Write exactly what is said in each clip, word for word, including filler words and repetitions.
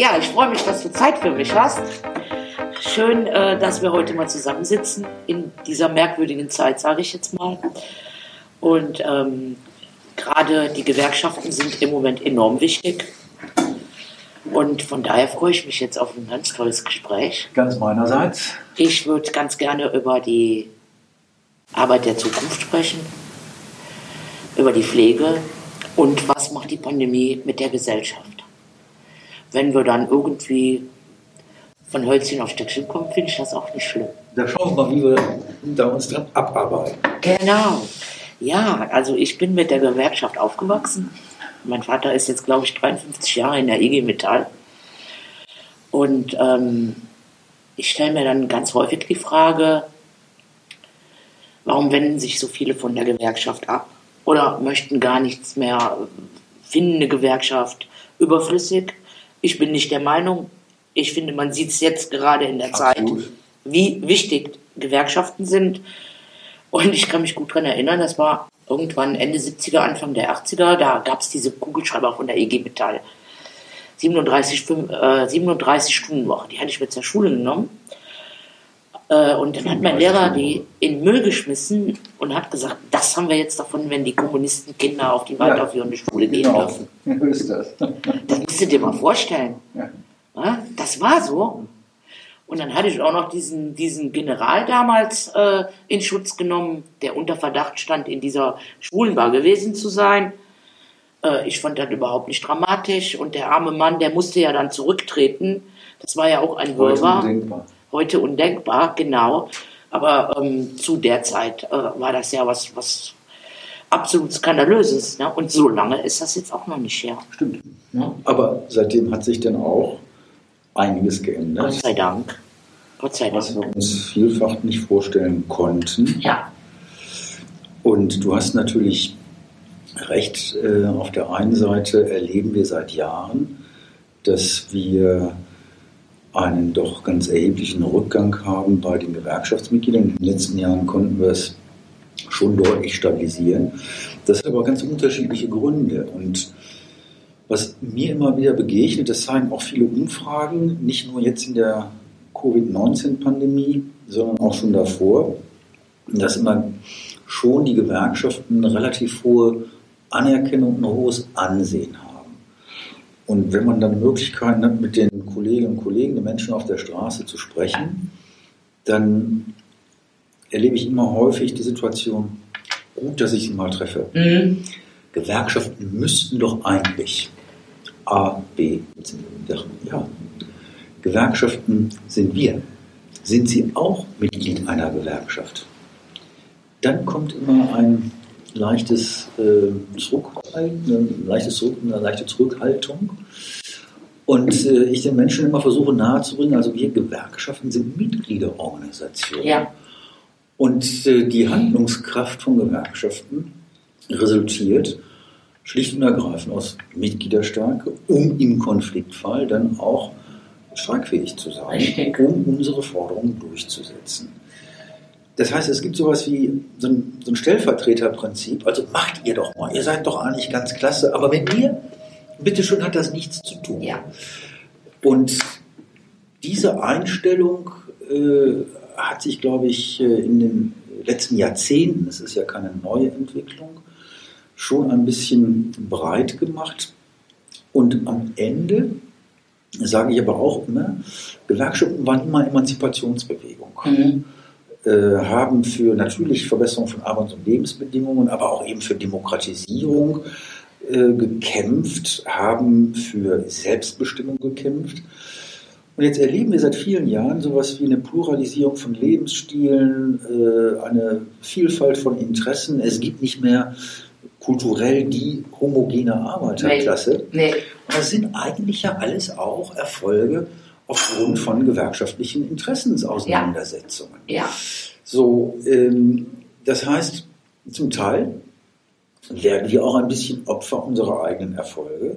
Ja, ich freue mich, dass du Zeit für mich hast. Schön, äh, dass wir heute mal zusammensitzen in dieser merkwürdigen Zeit, sage ich jetzt mal. Und ähm, gerade die Gewerkschaften sind im Moment enorm wichtig. Und von daher freue ich mich jetzt auf ein ganz tolles Gespräch. Ganz meinerseits. Ich würde ganz gerne über die Arbeit der Zukunft sprechen, über die Pflege und was macht die Pandemie mit der Gesellschaft. Wenn wir dann irgendwie von Hölzchen auf Stöckchen kommen, finde ich das auch nicht schlimm. Da schauen wir mal, wie wir da uns dran abarbeiten. Genau. Ja, also ich bin mit der Gewerkschaft aufgewachsen. Mein Vater ist jetzt, glaube ich, dreiundfünfzig Jahre in der I G Metall. Und ähm, ich stelle mir dann ganz häufig die Frage, warum wenden sich so viele von der Gewerkschaft ab? Oder möchten gar nichts mehr, finden eine Gewerkschaft überflüssig? Ich bin nicht der Meinung. Ich finde, man sieht es jetzt gerade in der Absolut. Zeit, wie wichtig Gewerkschaften sind. Und ich kann mich gut daran erinnern, das war irgendwann Ende siebziger, Anfang der achtziger, da gab es diese Kugelschreiber von der I G Metall. siebenunddreißig, äh, siebenunddreißig Stunden Woche, die hatte ich mit zur Schule genommen. Äh, und dann hat mein Lehrer die in den Müll geschmissen und hat gesagt, das haben wir jetzt davon, wenn die Kommunistenkinder auf die weiterführende ja, Schule gehen genau. dürfen. Wie ist das? Das musst du dir mal vorstellen. Ja. Ja, das war so. Und dann hatte ich auch noch diesen, diesen General damals äh, in Schutz genommen, der unter Verdacht stand, in dieser Schwulenbar gewesen zu sein. Äh, ich fand das überhaupt nicht dramatisch. Und der arme Mann, der musste ja dann zurücktreten. Das war ja auch ein Wirrwarr. Heute undenkbar. Heute undenkbar, genau. Aber ähm, zu der Zeit äh, war das ja was, was absolut Skandalöses. Ne? Und so lange ist das jetzt auch noch nicht her. Stimmt. Ja. Aber seitdem hat sich dann auch einiges geändert. Gott sei Dank. Gott sei Dank. Was wir uns vielfach nicht vorstellen konnten. Ja. Und du hast natürlich recht, äh, auf der einen Seite erleben wir seit Jahren, dass wir einen doch ganz erheblichen Rückgang haben bei den Gewerkschaftsmitgliedern. In den letzten Jahren konnten wir es schon deutlich stabilisieren. Das hat aber ganz unterschiedliche Gründe. Und was mir immer wieder begegnet, das zeigen auch viele Umfragen, nicht nur jetzt in der Covid neunzehn Pandemie, sondern auch schon davor, dass immer schon die Gewerkschaften eine relativ hohe Anerkennung, ein hohes Ansehen haben. Und wenn man dann Möglichkeiten hat, mit den Kolleginnen und Kollegen, den Menschen auf der Straße zu sprechen, dann erlebe ich immer häufig die Situation, gut, dass ich sie mal treffe. Mhm. Gewerkschaften müssten doch eigentlich A, B, ja. Gewerkschaften sind wir. Sind sie auch Mitglied einer Gewerkschaft? Dann kommt immer ein leichtes äh, Zurückhalten, ein leichtes Zurück, eine leichte Zurückhaltung. Und äh, ich den Menschen immer versuche nahezubringen, also wir Gewerkschaften sind Mitgliederorganisationen. Ja. Und äh, die Handlungskraft von Gewerkschaften resultiert schlicht und ergreifend aus Mitgliederstärke, um im Konfliktfall dann auch streikfähig zu sein, Richtig. um unsere Forderungen durchzusetzen. Das heißt, es gibt sowas wie so ein, so ein Stellvertreterprinzip, also macht ihr doch mal, ihr seid doch eigentlich ganz klasse, aber mit mir, bitte schon, hat das nichts zu tun. Ja. Und diese Einstellung äh, hat sich, glaube ich, in den letzten Jahrzehnten, das ist ja keine neue Entwicklung, schon ein bisschen breit gemacht. Und am Ende, sage ich aber auch immer, Gewerkschaften waren immer Emanzipationsbewegung. Mhm. Äh, haben für natürlich Verbesserung von Arbeits- und Lebensbedingungen, aber auch eben für Demokratisierung äh, gekämpft, haben für Selbstbestimmung gekämpft. Und jetzt erleben wir seit vielen Jahren sowas wie eine Pluralisierung von Lebensstilen, äh, eine Vielfalt von Interessen. Es gibt nicht mehr kulturell die homogene Arbeiterklasse. Nee. Nee. Und das sind eigentlich ja alles auch Erfolge aufgrund von gewerkschaftlichen Interessensauseinandersetzungen. Ja. Ja. So, ähm, das heißt, zum Teil werden wir auch ein bisschen Opfer unserer eigenen Erfolge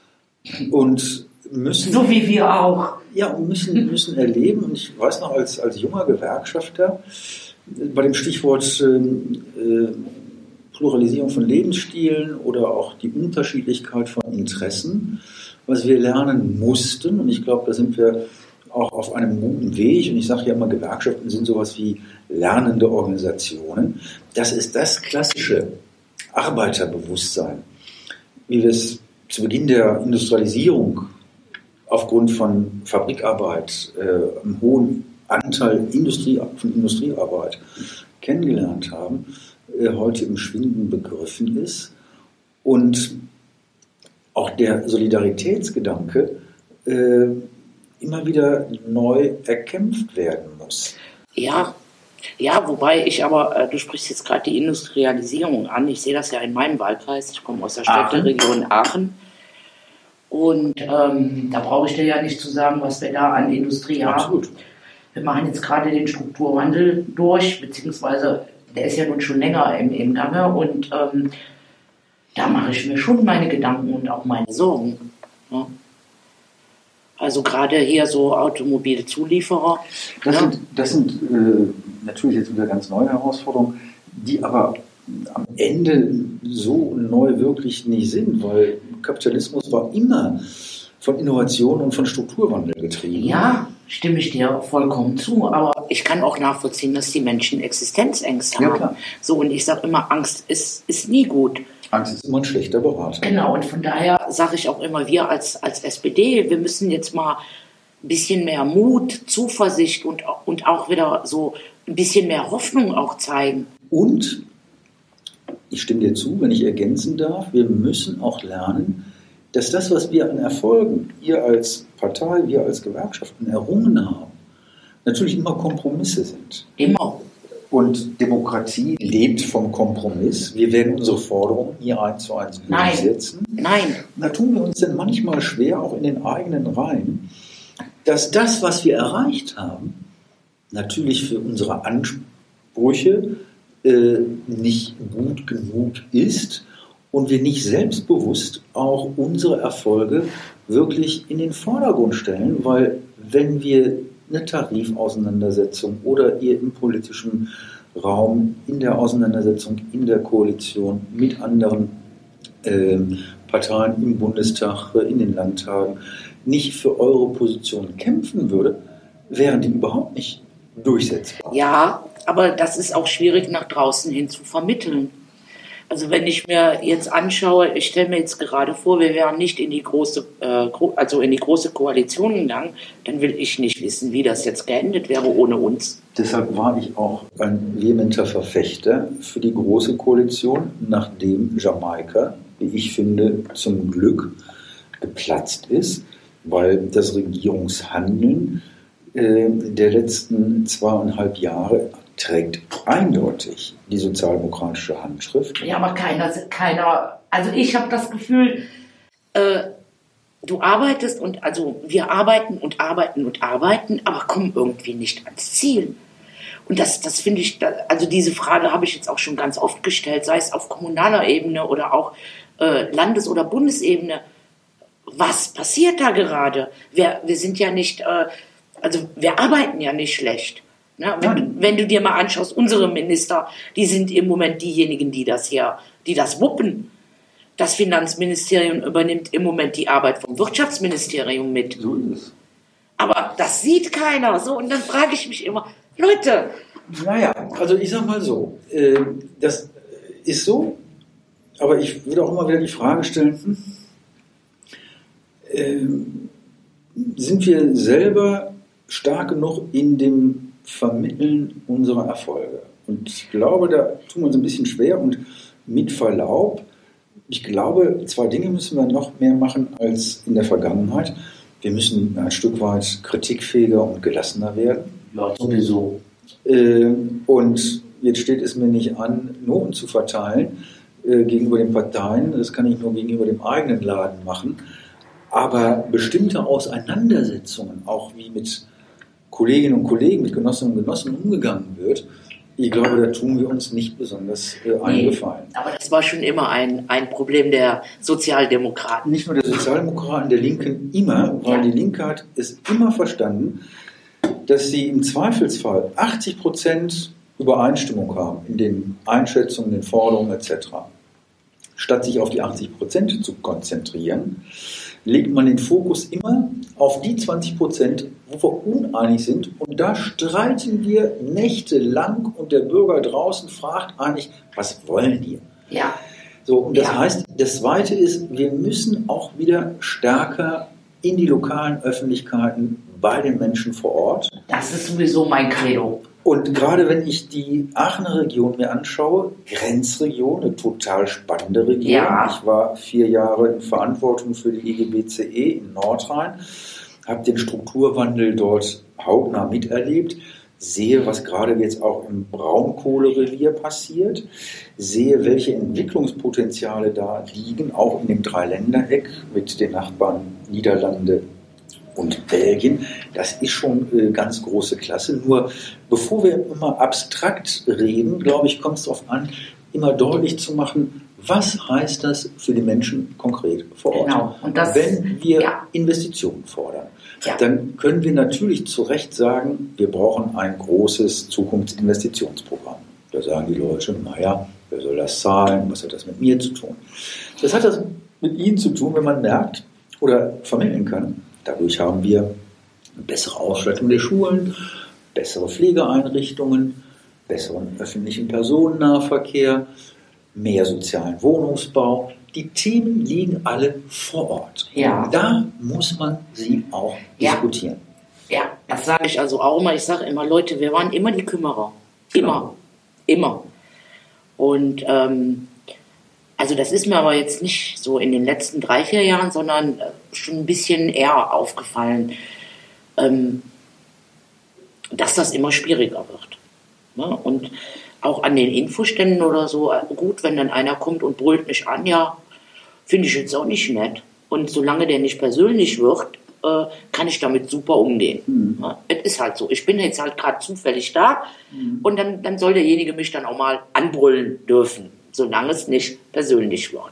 und müssen... So wie wir auch. Ja, müssen, müssen erleben. Und ich weiß noch, als, als junger Gewerkschafter, bei dem Stichwort äh, Pluralisierung von Lebensstilen oder auch die Unterschiedlichkeit von Interessen, was wir lernen mussten. Und ich glaube, da sind wir auch auf einem guten Weg. Und ich sage ja immer, Gewerkschaften sind sowas wie lernende Organisationen. Das ist das klassische Arbeiterbewusstsein, wie wir es zu Beginn der Industrialisierung aufgrund von Fabrikarbeit, äh, einem hohen Anteil Industrie, von Industriearbeit kennengelernt haben, äh, heute im Schwinden begriffen ist und auch der Solidaritätsgedanke äh, immer wieder neu erkämpft werden muss. Ja, ja, wobei ich aber, äh, du sprichst jetzt gerade die Industrialisierung an, ich sehe das ja in meinem Wahlkreis, ich komme aus der Städteregion Aachen und ähm, da brauche ich dir ja nicht zu sagen, was wir da an Industrie haben. Absolut. Wir machen jetzt gerade den Strukturwandel durch, beziehungsweise der ist ja nun schon länger im, im Gange und ähm, da mache ich mir schon meine Gedanken und auch meine Sorgen. Ja. Also gerade hier so Automobilzulieferer. Das ja. sind, das sind äh, natürlich jetzt wieder ganz neue Herausforderungen, die aber am Ende so neu wirklich nicht sind, weil Kapitalismus war immer von Innovation und von Strukturwandel getrieben. Ja, stimme ich dir vollkommen zu, aber ich kann auch nachvollziehen, dass die Menschen Existenzängste Ja, haben. klar. So, und ich sage immer, Angst ist, ist nie gut. Angst ist immer ein schlechter Berater. Genau, und von daher sage ich auch immer, wir als, als S P D, wir müssen jetzt mal ein bisschen mehr Mut, Zuversicht und, und auch wieder so ein bisschen mehr Hoffnung auch zeigen. Und, ich stimme dir zu, wenn ich ergänzen darf, wir müssen auch lernen, dass das, was wir an Erfolgen, ihr als Partei, wir als Gewerkschaften errungen haben, natürlich immer Kompromisse sind. Immer. Und Demokratie lebt vom Kompromiss. Wir werden unsere Forderungen hier eins zu eins durchsetzen. Nein. Da tun wir uns dann manchmal schwer, auch in den eigenen Reihen, dass das, was wir erreicht haben, natürlich für unsere Ansprüche äh, nicht gut genug ist und wir nicht selbstbewusst auch unsere Erfolge wirklich in den Vordergrund stellen, weil wenn wir eine Tarifauseinandersetzung oder ihr im politischen Raum, in der Auseinandersetzung, in der Koalition mit anderen äh, Parteien im Bundestag, in den Landtagen nicht für eure Position kämpfen würde, wären die überhaupt nicht durchsetzbar. Ja, aber das ist auch schwierig nach draußen hin zu vermitteln. Also wenn ich mir jetzt anschaue, ich stelle mir jetzt gerade vor, wir wären nicht in die große, äh, also in die große Koalition gegangen, dann will ich nicht wissen, wie das jetzt geendet wäre ohne uns. Deshalb war ich auch ein vehementer Verfechter für die große Koalition, nachdem Jamaika, wie ich finde, zum Glück geplatzt ist, weil das Regierungshandeln äh, der letzten zweieinhalb Jahre trägt eindeutig die sozialdemokratische Handschrift. Ja, aber keiner, keiner also ich habe das Gefühl, äh, du arbeitest und, also wir arbeiten und arbeiten und arbeiten, aber kommen irgendwie nicht ans Ziel. Und das, das finde ich, also diese Frage habe ich jetzt auch schon ganz oft gestellt, sei es auf kommunaler Ebene oder auch äh, Landes- oder Bundesebene. Was passiert da gerade? Wir, wir sind ja nicht, äh, also wir arbeiten ja nicht schlecht. Ne? Wenn, wenn du dir mal anschaust, unsere Minister, die sind im Moment diejenigen, die das hier, die das wuppen. Das Finanzministerium übernimmt im Moment die Arbeit vom Wirtschaftsministerium mit. So ist es. Aber das sieht keiner. So, und dann frage ich mich immer, Leute. Naja, also ich sag mal so, äh, das ist so, aber ich würde auch immer wieder die Frage stellen, hm, äh, sind wir selber stark genug in dem Vermitteln unserer Erfolge? Und ich glaube, da tun wir uns ein bisschen schwer und mit Verlaub, ich glaube, zwei Dinge müssen wir noch mehr machen als in der Vergangenheit. Wir müssen ein Stück weit kritikfähiger und gelassener werden. Ja, sowieso. Und jetzt steht es mir nicht an, Noten zu verteilen äh, gegenüber den Parteien. Das kann ich nur gegenüber dem eigenen Laden machen. Aber bestimmte Auseinandersetzungen, auch wie mit Kolleginnen und Kollegen, mit Genossinnen und Genossen umgegangen wird, ich glaube, da tun wir uns nicht besonders äh, eingefallen. Nee, aber das war schon immer ein, ein Problem der Sozialdemokraten. Nicht nur der Sozialdemokraten, der Linken immer, weil ja. Die Linke hat es immer verstanden, dass sie im Zweifelsfall achtzig Prozent Übereinstimmung haben in den Einschätzungen, den Forderungen et cetera, statt sich auf die achtzig Prozent zu konzentrieren, legt man den Fokus immer auf die zwanzig Prozent, wo wir uneinig sind. Und da streiten wir nächtelang und der Bürger draußen fragt eigentlich, was wollen die? Ja. So, und das ja. heißt, das Zweite ist, wir müssen auch wieder stärker in die lokalen Öffentlichkeiten bei den Menschen vor Ort. Das ist sowieso mein Credo. Und gerade wenn ich die Aachener Region mir anschaue, Grenzregion, eine total spannende Region. Ja. Ich war vier Jahre in Verantwortung für die E G B C E in Nordrhein, habe den Strukturwandel dort hautnah miterlebt, sehe, was gerade jetzt auch im Braunkohlerevier passiert, sehe, welche Entwicklungspotenziale da liegen, auch in dem Dreiländereck mit den Nachbarn Niederlande und Belgien. Das ist schon äh, ganz große Klasse. Nur bevor wir immer abstrakt reden, glaube ich, kommt es darauf an, immer deutlich zu machen, was heißt das für die Menschen konkret vor Ort. Genau. Und das, wenn wir ja. Investitionen fordern, ja. dann können wir natürlich zu Recht sagen, wir brauchen ein großes Zukunftsinvestitionsprogramm. Da sagen die Leute, naja, wer soll das zahlen, was hat das mit mir zu tun? Das hat das mit Ihnen zu tun, wenn man merkt oder vermitteln kann, dadurch haben wir eine bessere Ausstattung der Schulen, bessere Pflegeeinrichtungen, besseren öffentlichen Personennahverkehr, mehr sozialen Wohnungsbau. Die Themen liegen alle vor Ort. Ja. Da muss man sie auch ja. diskutieren. Ja, das sage ich also auch immer. Ich sage immer, Leute, wir waren immer die Kümmerer. Immer. Genau. Immer. Und ähm, also das ist mir aber jetzt nicht so in den letzten drei, vier Jahren, sondern schon ein bisschen eher aufgefallen, ähm, dass das immer schwieriger wird. Ne? Und auch an den Infoständen oder so, gut, wenn dann einer kommt und brüllt mich an, ja, finde ich jetzt auch nicht nett. Und solange der nicht persönlich wird, äh, kann ich damit super umgehen. Mhm. Ja, es ist halt so. Ich bin jetzt halt gerade zufällig da mhm. und dann, dann soll derjenige mich dann auch mal anbrüllen dürfen, solange es nicht persönlich wird.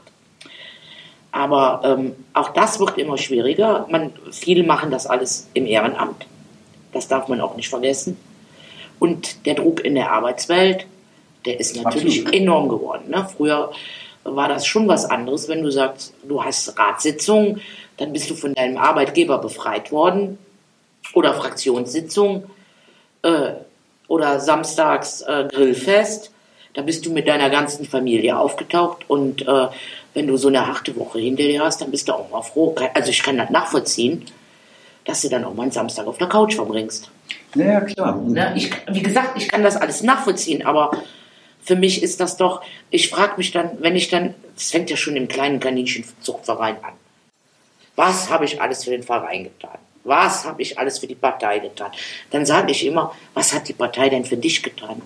Aber ähm, auch das wird immer schwieriger. Man, viele machen das alles im Ehrenamt. Das darf man auch nicht vergessen. Und der Druck in der Arbeitswelt, der ist natürlich Absolut. enorm geworden. Ne? Früher war das schon was anderes, wenn du sagst, du hast Ratssitzung, dann bist du von deinem Arbeitgeber befreit worden. Oder Fraktionssitzung. Äh, oder samstags äh, Grillfest. Da bist du mit deiner ganzen Familie aufgetaucht und äh, wenn du so eine harte Woche hinter dir hast, dann bist du auch mal froh. Also ich kann das nachvollziehen, dass du dann auch mal einen Samstag auf der Couch verbringst. Ja, klar. Ne? Ich, wie gesagt, ich kann das alles nachvollziehen, aber für mich ist das doch, ich frage mich dann, wenn ich dann, das fängt ja schon im kleinen Kaninchenzuchtverein an. Was habe ich alles für den Verein getan? Was habe ich alles für die Partei getan? Dann sage ich immer, was hat die Partei denn für dich getan?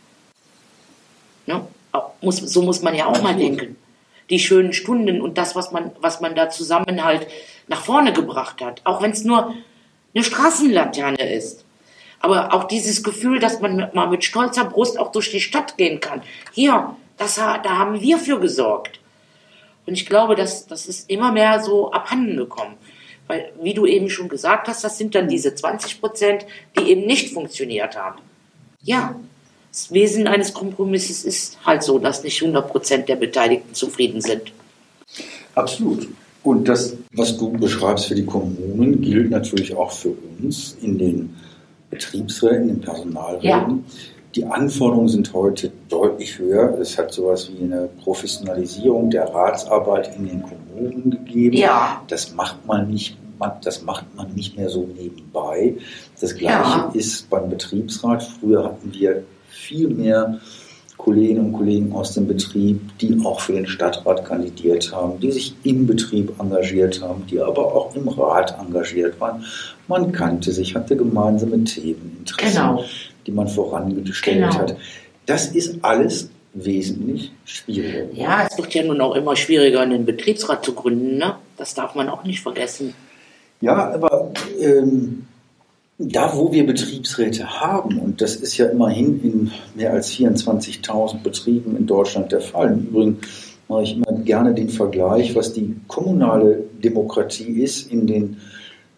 Ne? Muss, so muss man ja auch mal denken. Die schönen Stunden und das, was man, was man da zusammen halt nach vorne gebracht hat. Auch wenn es nur eine Straßenlaterne ist. Aber auch dieses Gefühl, dass man mal mit stolzer Brust auch durch die Stadt gehen kann. Hier, das, da haben wir für gesorgt. Und ich glaube, das, das ist immer mehr so abhanden gekommen. Weil, wie du eben schon gesagt hast, das sind dann diese zwanzig Prozent, die eben nicht funktioniert haben. Ja. Das Wesen eines Kompromisses ist halt so, dass nicht hundert Prozent der Beteiligten zufrieden sind. Absolut. Und das, was du beschreibst für die Kommunen, gilt natürlich auch für uns in den Betriebsräten, in den Personalräten. Ja. Die Anforderungen sind heute deutlich höher. Es hat sowas wie eine Professionalisierung der Ratsarbeit in den Kommunen gegeben. Ja. Das macht man nicht, das macht man nicht mehr so nebenbei. Das Gleiche ja. ist beim Betriebsrat. Früher hatten wir viel mehr Kolleginnen und Kollegen aus dem Betrieb, die auch für den Stadtrat kandidiert haben, die sich im Betrieb engagiert haben, die aber auch im Rat engagiert waren. Man kannte sich, hatte gemeinsame Themen, Interessen, genau. die man vorangestellt genau. hat. Das ist alles wesentlich schwieriger. Ja, es wird ja nun auch immer schwieriger, einen Betriebsrat zu gründen. Ne? Das darf man auch nicht vergessen. Ja, aber ähm, da, wo wir Betriebsräte haben, und das ist ja immerhin in mehr als vierundzwanzigtausend Betrieben in Deutschland der Fall. Im Übrigen mache ich immer gerne den Vergleich, was die kommunale Demokratie ist in den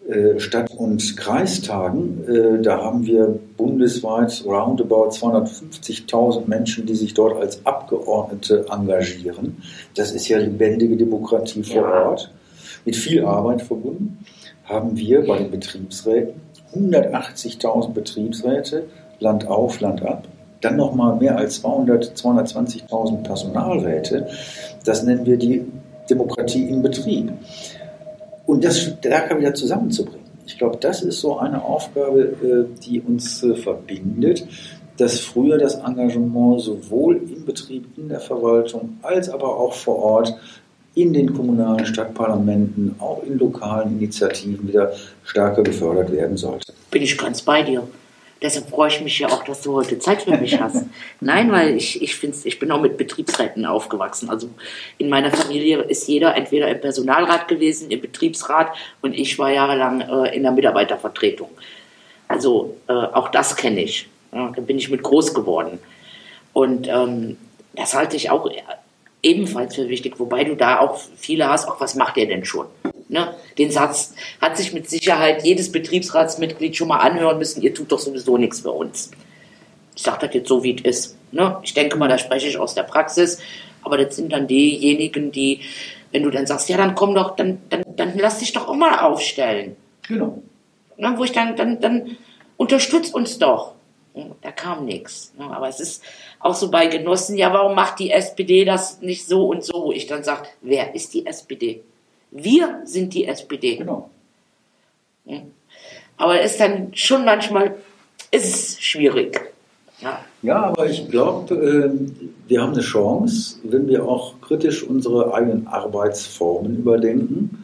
äh, Stadt- und Kreistagen. Äh, da haben wir bundesweit roundabout zweihundertfünfzigtausend Menschen, die sich dort als Abgeordnete engagieren. Das ist ja lebendige Demokratie vor Ort, mit viel Arbeit verbunden. Haben wir bei den Betriebsräten hundertachtzigtausend Betriebsräte, Land auf, Land ab. Dann nochmal mehr als zweihundert, zweihundertzwanzigtausend Personalräte. Das nennen wir die Demokratie im Betrieb. Und das stärker wieder zusammenzubringen. Ich glaube, das ist so eine Aufgabe, die uns verbindet, dass früher das Engagement sowohl im Betrieb, in der Verwaltung, als aber auch vor Ort, in den kommunalen Stadtparlamenten, auch in lokalen Initiativen wieder stärker gefördert werden sollte. Bin ich ganz bei dir. Deshalb freue ich mich ja auch, dass du heute Zeit für mich hast. Nein, weil ich, ich finde, ich bin auch mit Betriebsräten aufgewachsen. Also in meiner Familie ist jeder entweder im Personalrat gewesen, im Betriebsrat, und ich war jahrelang äh, in der Mitarbeitervertretung. Also äh, auch das kenne ich. Ja, da bin ich mit groß geworden. Und ähm, das halte ich auch ebenfalls für wichtig, wobei du da auch viele hast, auch was macht ihr denn schon? Ne? Den Satz hat sich mit Sicherheit jedes Betriebsratsmitglied schon mal anhören müssen, ihr tut doch sowieso nichts für uns. Ich sage das jetzt so, wie es ist. Ne? Ich denke mal, da spreche ich aus der Praxis, aber das sind dann diejenigen, die, wenn du dann sagst, ja, dann komm doch, dann, dann, dann lass dich doch auch mal aufstellen. Genau. Ne? Wo ich dann, dann, dann unterstützt uns doch. Da kam nichts. Aber es ist auch so bei Genossen, ja, warum macht die S P D das nicht so und so? Wo ich dann sage, wer ist die S P D? Wir sind die S P D. Genau. Aber es ist dann schon manchmal, ist es schwierig. Ja, ja, aber ich glaube, wir haben eine Chance, wenn wir auch kritisch unsere eigenen Arbeitsformen überdenken.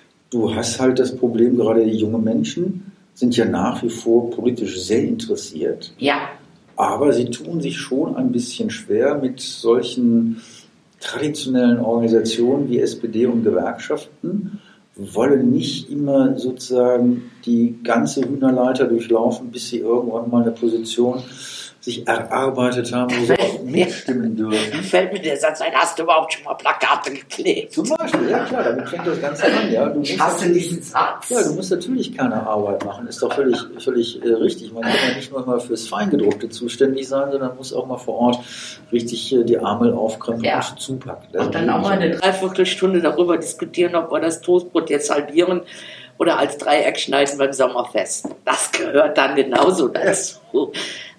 Du hast halt das Problem, gerade junge Menschen sind ja nach wie vor politisch sehr interessiert. Ja. Aber sie tun sich schon ein bisschen schwer mit solchen traditionellen Organisationen wie S P D und Gewerkschaften, wollen nicht immer sozusagen die ganze Hühnerleiter durchlaufen, bis sie irgendwann mal eine Position sich erarbeitet haben, wo sie auch mitstimmen dürfen. Da fällt mir der Satz ein, hast du überhaupt schon mal Plakate geklebt? Zum Beispiel, ja klar, damit fängt das Ganze an. Ja. Du ich hasse diesen Satz. Ja, du musst natürlich keine Arbeit machen, ist doch völlig, völlig äh, richtig. Man kann ja nicht nur immer fürs Feingedruckte zuständig sein, sondern muss auch mal vor Ort richtig äh, die Arme aufkrempeln ja. und zupacken. Das und dann auch mal eine Dreiviertelstunde darüber diskutieren, ob wir das Toastbrot jetzt halbieren oder als Dreieck schneiden beim Sommerfest. Das gehört dann genauso dazu.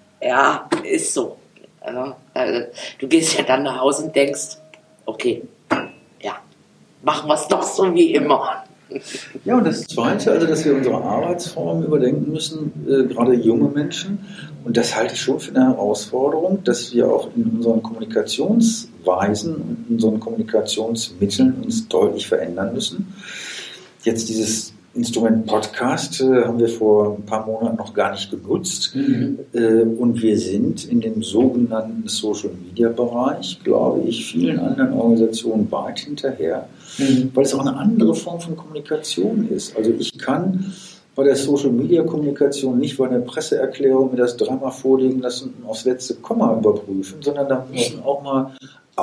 Ja, ist so. Ja, also, du gehst ja dann nach Hause und denkst, okay, ja, machen wir es doch so wie immer. Ja, und das Zweite, also, dass wir unsere Arbeitsformen überdenken müssen, äh, gerade junge Menschen. Und das halte ich schon für eine Herausforderung, dass wir auch in unseren Kommunikationsweisen und in unseren Kommunikationsmitteln uns deutlich verändern müssen. Jetzt dieses Instrument Podcast äh, haben wir vor ein paar Monaten noch gar nicht genutzt. Mhm. Äh, und wir sind in dem sogenannten Social-Media-Bereich, glaube ich, vielen anderen Organisationen weit hinterher, mhm. weil es auch eine andere Form von Kommunikation ist. Also ich kann bei der Social-Media-Kommunikation nicht bei der Presseerklärung mir das dreimal vorlegen lassen und aufs letzte Komma überprüfen, sondern da müssen auch mal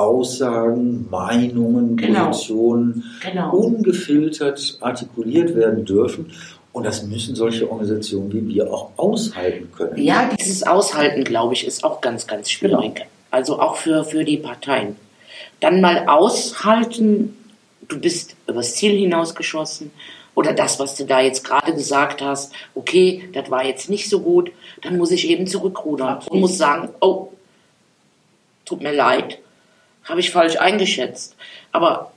Aussagen, Meinungen, genau. Positionen genau. ungefiltert artikuliert werden dürfen. Und das müssen solche Organisationen wie wir auch aushalten können. Ja, dieses Aushalten, glaube ich, ist auch ganz, ganz schwierig. Genau. Also auch für, für die Parteien. Dann mal aushalten, du bist übers Ziel hinausgeschossen oder das, was du da jetzt gerade gesagt hast, okay, das war jetzt nicht so gut, dann muss ich eben zurückrudern Absolut. Und muss sagen, oh, tut mir leid, habe ich falsch eingeschätzt. Aber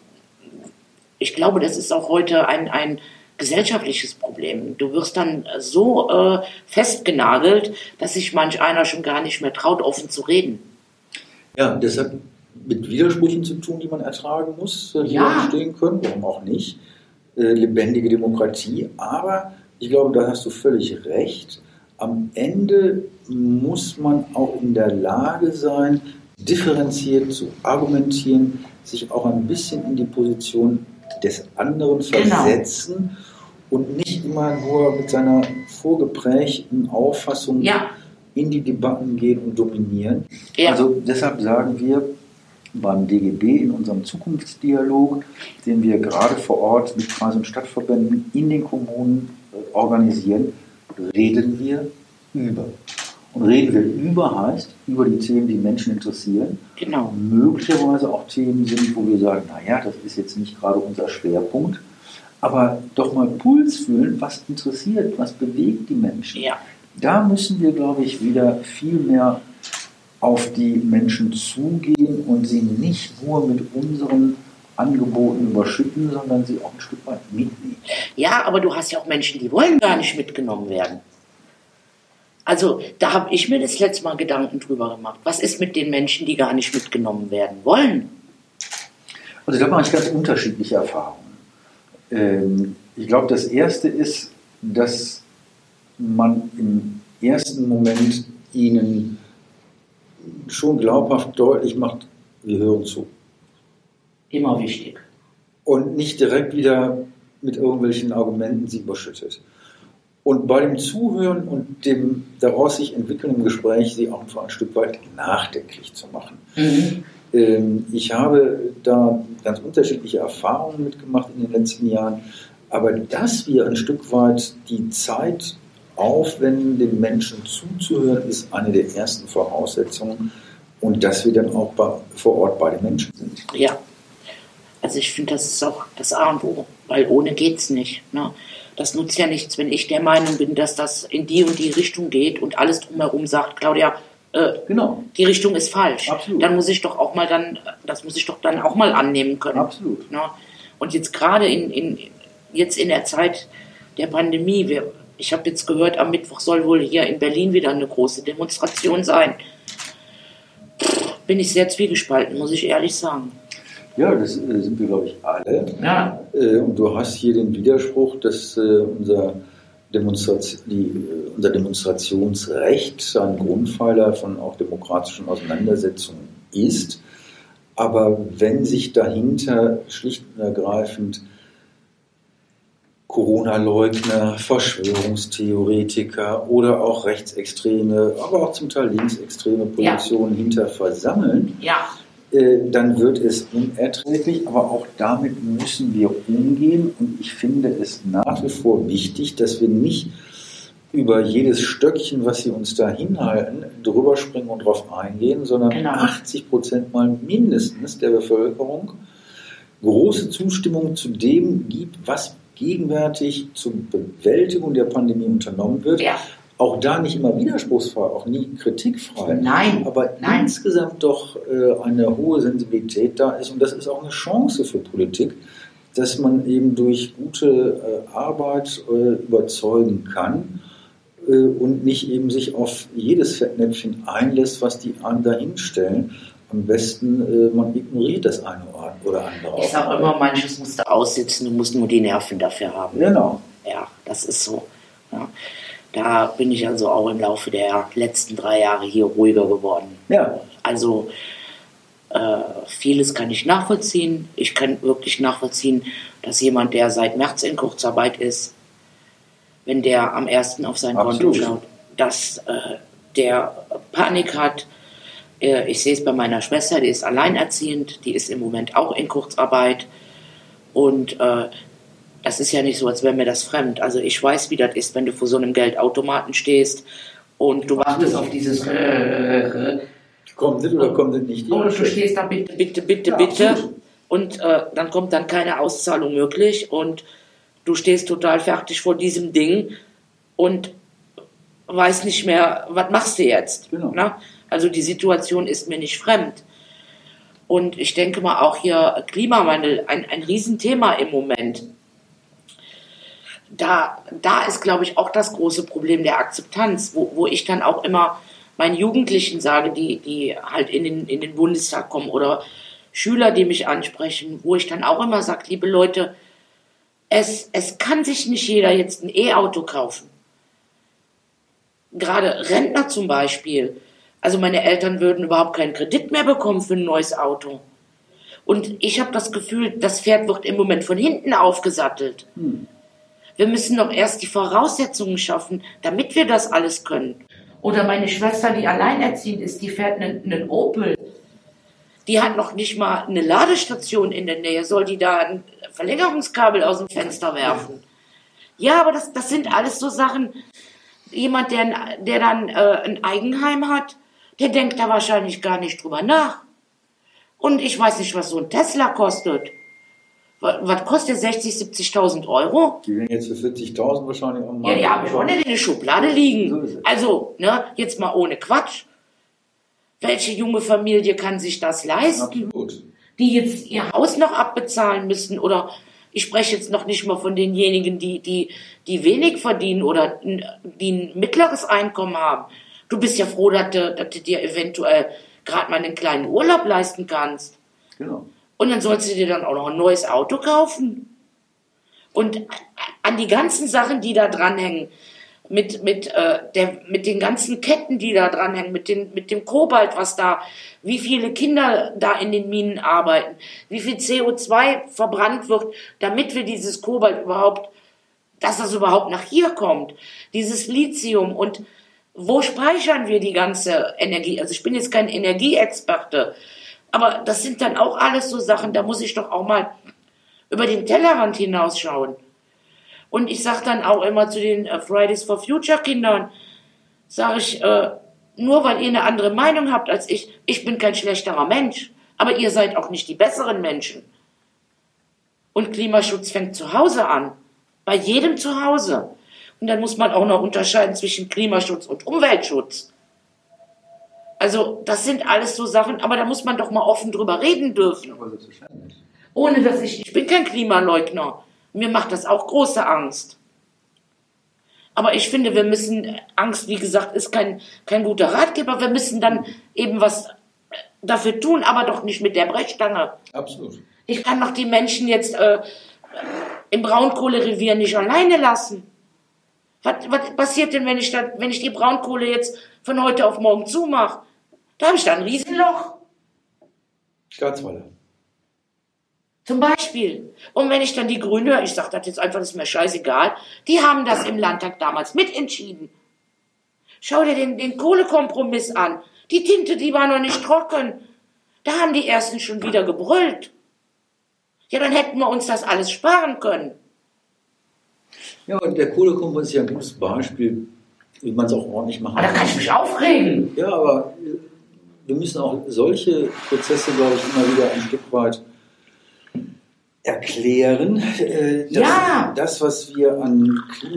ich glaube, das ist auch heute ein, ein gesellschaftliches Problem. Du wirst dann so äh, festgenagelt, dass sich manch einer schon gar nicht mehr traut, offen zu reden. Ja, das hat mit Widersprüchen zu tun, die man ertragen muss, die ja. entstehen können, warum auch nicht. Äh, lebendige Demokratie. Aber ich glaube, da hast du völlig recht. Am Ende muss man auch in der Lage sein, differenziert zu argumentieren, sich auch ein bisschen in die Position des anderen versetzen genau. und nicht immer nur mit seiner vorgeprägten Auffassung ja. in die Debatten gehen und dominieren. Ja. Also deshalb sagen wir beim D G B in unserem Zukunftsdialog, den wir gerade vor Ort mit Kreis- und Stadtverbänden in den Kommunen organisieren, reden wir über. Und reden wir über heißt, über die Themen, die Menschen interessieren. Genau. Möglicherweise auch Themen sind, wo wir sagen, naja, das ist jetzt nicht gerade unser Schwerpunkt, aber doch mal Puls fühlen, was interessiert, was bewegt die Menschen. Ja. Da müssen wir, glaube ich, wieder viel mehr auf die Menschen zugehen und sie nicht nur mit unseren Angeboten überschütten, sondern sie auch ein Stück weit mitnehmen. Ja, aber du hast ja auch Menschen, die wollen gar nicht mitgenommen werden. Also da habe ich mir das letzte Mal Gedanken drüber gemacht. Was ist mit den Menschen, die gar nicht mitgenommen werden wollen? Also da mache ich ganz unterschiedliche Erfahrungen. Ähm, ich glaube, das Erste ist, dass man im ersten Moment ihnen schon glaubhaft deutlich macht, wir hören zu. Immer wichtig. Und nicht direkt wieder mit irgendwelchen Argumenten sie überschüttet. Und bei dem Zuhören und dem daraus sich entwickelnden Gespräch sie auch ein Stück weit nachdenklich zu machen. Mhm. Ähm, ich habe da ganz unterschiedliche Erfahrungen mitgemacht in den letzten Jahren, aber dass wir ein Stück weit die Zeit aufwenden, den Menschen zuzuhören, ist eine der ersten Voraussetzungen und dass wir dann auch bei, vor Ort bei den Menschen sind. Ja, also ich finde, das ist auch das A und O, weil ohne geht's nicht. Ne? Das nutzt ja nichts, wenn ich der Meinung bin, dass das in die und die Richtung geht und alles drumherum sagt, Claudia, äh, genau. Die Richtung ist falsch. Absolut. Dann muss ich doch auch mal dann, das muss ich doch dann auch mal annehmen können. Absolut. Ne? Und jetzt gerade in, in, jetzt in der Zeit der Pandemie, wir, ich habe jetzt gehört, am Mittwoch soll wohl hier in Berlin wieder eine große Demonstration sein. Pff, bin ich sehr zwiegespalten, muss ich ehrlich sagen. Ja, das äh, sind wir, glaube ich, alle. Ja. Äh, und du hast hier den Widerspruch, dass äh, unser, Demonstration, die, äh, unser Demonstrationsrecht ein Grundpfeiler von auch demokratischen Auseinandersetzungen ist. Aber wenn sich dahinter schlicht und ergreifend Corona-Leugner, Verschwörungstheoretiker oder auch rechtsextreme, aber auch zum Teil linksextreme Positionen ja. hinter versammeln, ja. äh, dann wird es unerträglich, aber auch damit müssen wir umgehen und ich finde es nach wie vor wichtig, dass wir nicht über jedes Stöckchen, was sie uns da hinhalten, drüber springen und drauf eingehen, sondern genau. achtzig Prozent mal mindestens der Bevölkerung große Zustimmung zu dem gibt, was gegenwärtig zur Bewältigung der Pandemie unternommen wird. Ja. Auch da nicht immer widerspruchsfrei, auch nie kritikfrei. Nein. Aber Nein. insgesamt doch äh, eine hohe Sensibilität da ist. Und das ist auch eine Chance für Politik, dass man eben durch gute äh, Arbeit äh, überzeugen kann äh, und nicht eben sich auf jedes Fettnäpfchen einlässt, was die einen dahin stellen. Am besten, äh, man ignoriert das eine oder andere. Ich sage immer, manches musst du aussitzen, du musst nur die Nerven dafür haben. Genau. Ja, das ist so. Ja. Da bin ich also auch im Laufe der letzten drei Jahre hier ruhiger geworden. Ja. Also äh, vieles kann ich nachvollziehen. Ich kann wirklich nachvollziehen, dass jemand, der seit März in Kurzarbeit ist, wenn der am ersten auf sein Konto schaut, dass äh, der Panik hat. Ich sehe es bei meiner Schwester, die ist alleinerziehend, die ist im Moment auch in Kurzarbeit und äh, das ist ja nicht so, als wäre mir das fremd. Also ich weiß, wie das ist, wenn du vor so einem Geldautomaten stehst und du wartest auf dieses äh, kommt das oder kommt das nicht? Und du stehst da, bitte, bitte, bitte, ja, bitte absolut. Und äh, dann kommt dann keine Auszahlung möglich und du stehst total fertig vor diesem Ding und weißt nicht mehr, was machst du jetzt? Genau. Na? Also die Situation ist mir nicht fremd. Und ich denke mal auch hier Klimawandel, ein, ein Riesenthema im Moment. Da, da ist, glaube ich, auch das große Problem der Akzeptanz, wo, wo ich dann auch immer meinen Jugendlichen sage, die, die halt in den, in den Bundestag kommen oder Schüler, die mich ansprechen, wo ich dann auch immer sage, liebe Leute, es, es kann sich nicht jeder jetzt ein E-Auto kaufen. Gerade Rentner zum Beispiel. Also meine Eltern würden überhaupt keinen Kredit mehr bekommen für ein neues Auto. Und ich habe das Gefühl, das Pferd wird im Moment von hinten aufgesattelt. Hm. Wir müssen doch erst die Voraussetzungen schaffen, damit wir das alles können. Oder meine Schwester, die alleinerziehend ist, die fährt einen, einen Opel. Die hat noch nicht mal eine Ladestation in der Nähe. Soll die da ein Verlängerungskabel aus dem Fenster werfen? Ja, aber das, das sind alles so Sachen, jemand, der, der dann äh, ein Eigenheim hat, der denkt da wahrscheinlich gar nicht drüber nach. Und ich weiß nicht, was so ein Tesla kostet. Was, was kostet sechzig, siebzigtausend Euro? Die werden jetzt für vierzigtausend wahrscheinlich am Markt. Ja, die haben schon in der Schublade liegen. So Also, ne, jetzt mal ohne Quatsch. Welche junge Familie kann sich das leisten? Absolut. Die jetzt ihr Haus noch abbezahlen müssen, oder ich spreche jetzt noch nicht mal von denjenigen, die, die, die wenig verdienen oder die ein mittleres Einkommen haben. Du bist ja froh, dass du, dass du dir eventuell gerade mal einen kleinen Urlaub leisten kannst. Genau. Und dann sollst du dir dann auch noch ein neues Auto kaufen. Und an die ganzen Sachen, die da dranhängen, mit, mit, äh, der, mit den ganzen Ketten, die da dranhängen, mit, den, mit dem Kobalt, was da, wie viele Kinder da in den Minen arbeiten, wie viel C O zwei verbrannt wird, damit wir dieses Kobalt überhaupt, dass das überhaupt nach hier kommt. Dieses Lithium, und wo speichern wir die ganze Energie? Also ich bin jetzt kein Energieexperte, aber das sind dann auch alles so Sachen, da muss ich doch auch mal über den Tellerrand hinausschauen. Und ich sage dann auch immer zu den äh, Fridays for Future Kindern, sage ich, äh, nur weil ihr eine andere Meinung habt als ich, ich bin kein schlechterer Mensch, aber ihr seid auch nicht die besseren Menschen. Und Klimaschutz fängt zu Hause an, bei jedem zu Hause. Und dann muss man auch noch unterscheiden zwischen Klimaschutz und Umweltschutz. Also das sind alles so Sachen, aber da muss man doch mal offen drüber reden dürfen. Ohne dass ich, ich bin kein Klimaleugner. Mir macht das auch große Angst. Aber ich finde, wir müssen, Angst, wie gesagt, ist kein, kein guter Ratgeber. Wir müssen dann eben was dafür tun, aber doch nicht mit der Brechstange. Absolut. Ich kann doch die Menschen jetzt äh, im Braunkohlerevier nicht alleine lassen. Was, was passiert denn, wenn ich, da, wenn ich die Braunkohle jetzt von heute auf morgen zumache? Da habe ich da ein Riesenloch. Garzweiler. Zum Beispiel. Und wenn ich dann die Grüne, ich sage das jetzt einfach, das ist mir scheißegal, die haben das im Landtag damals mitentschieden. Schau dir den, den Kohlekompromiss an. Die Tinte, die war noch nicht trocken. Da haben die Ersten schon wieder gebrüllt. Ja, dann hätten wir uns das alles sparen können. Ja, und der Kohlekompromiss ist ja ein gutes Beispiel, wie man es auch ordentlich machen kann. Aber da kann ich mich aufregen. Ja, aber wir müssen auch solche Prozesse, glaube ich, immer wieder ein Stück weit erklären, äh, dass Ja. das, was wir an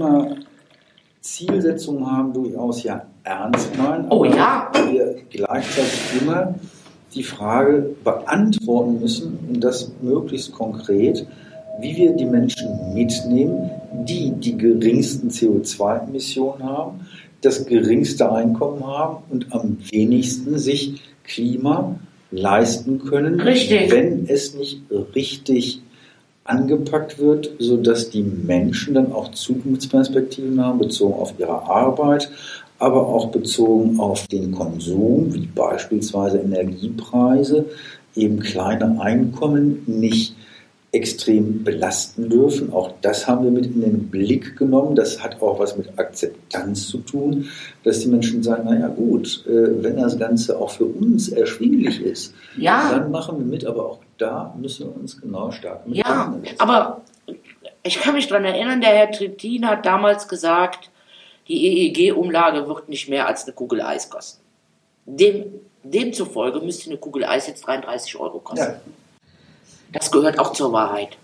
Klimazielsetzungen haben, durchaus ja ernst meinen, Oh aber ja. wir gleichzeitig immer die Frage beantworten müssen, und das möglichst konkret, wie wir die Menschen mitnehmen, die die geringsten C O zwei Emissionen haben, das geringste Einkommen haben und am wenigsten sich Klima leisten können, Richtig. wenn es nicht richtig angepackt wird, sodass die Menschen dann auch Zukunftsperspektiven haben, bezogen auf ihre Arbeit, aber auch bezogen auf den Konsum, wie beispielsweise Energiepreise, eben kleine Einkommen nicht extrem belasten dürfen. Auch das haben wir mit in den Blick genommen. Das hat auch was mit Akzeptanz zu tun, dass die Menschen sagen, naja gut, wenn das Ganze auch für uns erschwinglich ist, Ja. dann machen wir mit, aber auch da müssen wir uns genau stark mit Ja, auseinandersetzen. aber ich kann mich daran erinnern, der Herr Trittin hat damals gesagt, die E E G-Umlage wird nicht mehr als eine Kugel Eis kosten. Dem, demzufolge müsste eine Kugel Eis jetzt dreiunddreißig Euro kosten. Ja. Das gehört auch zur Wahrheit.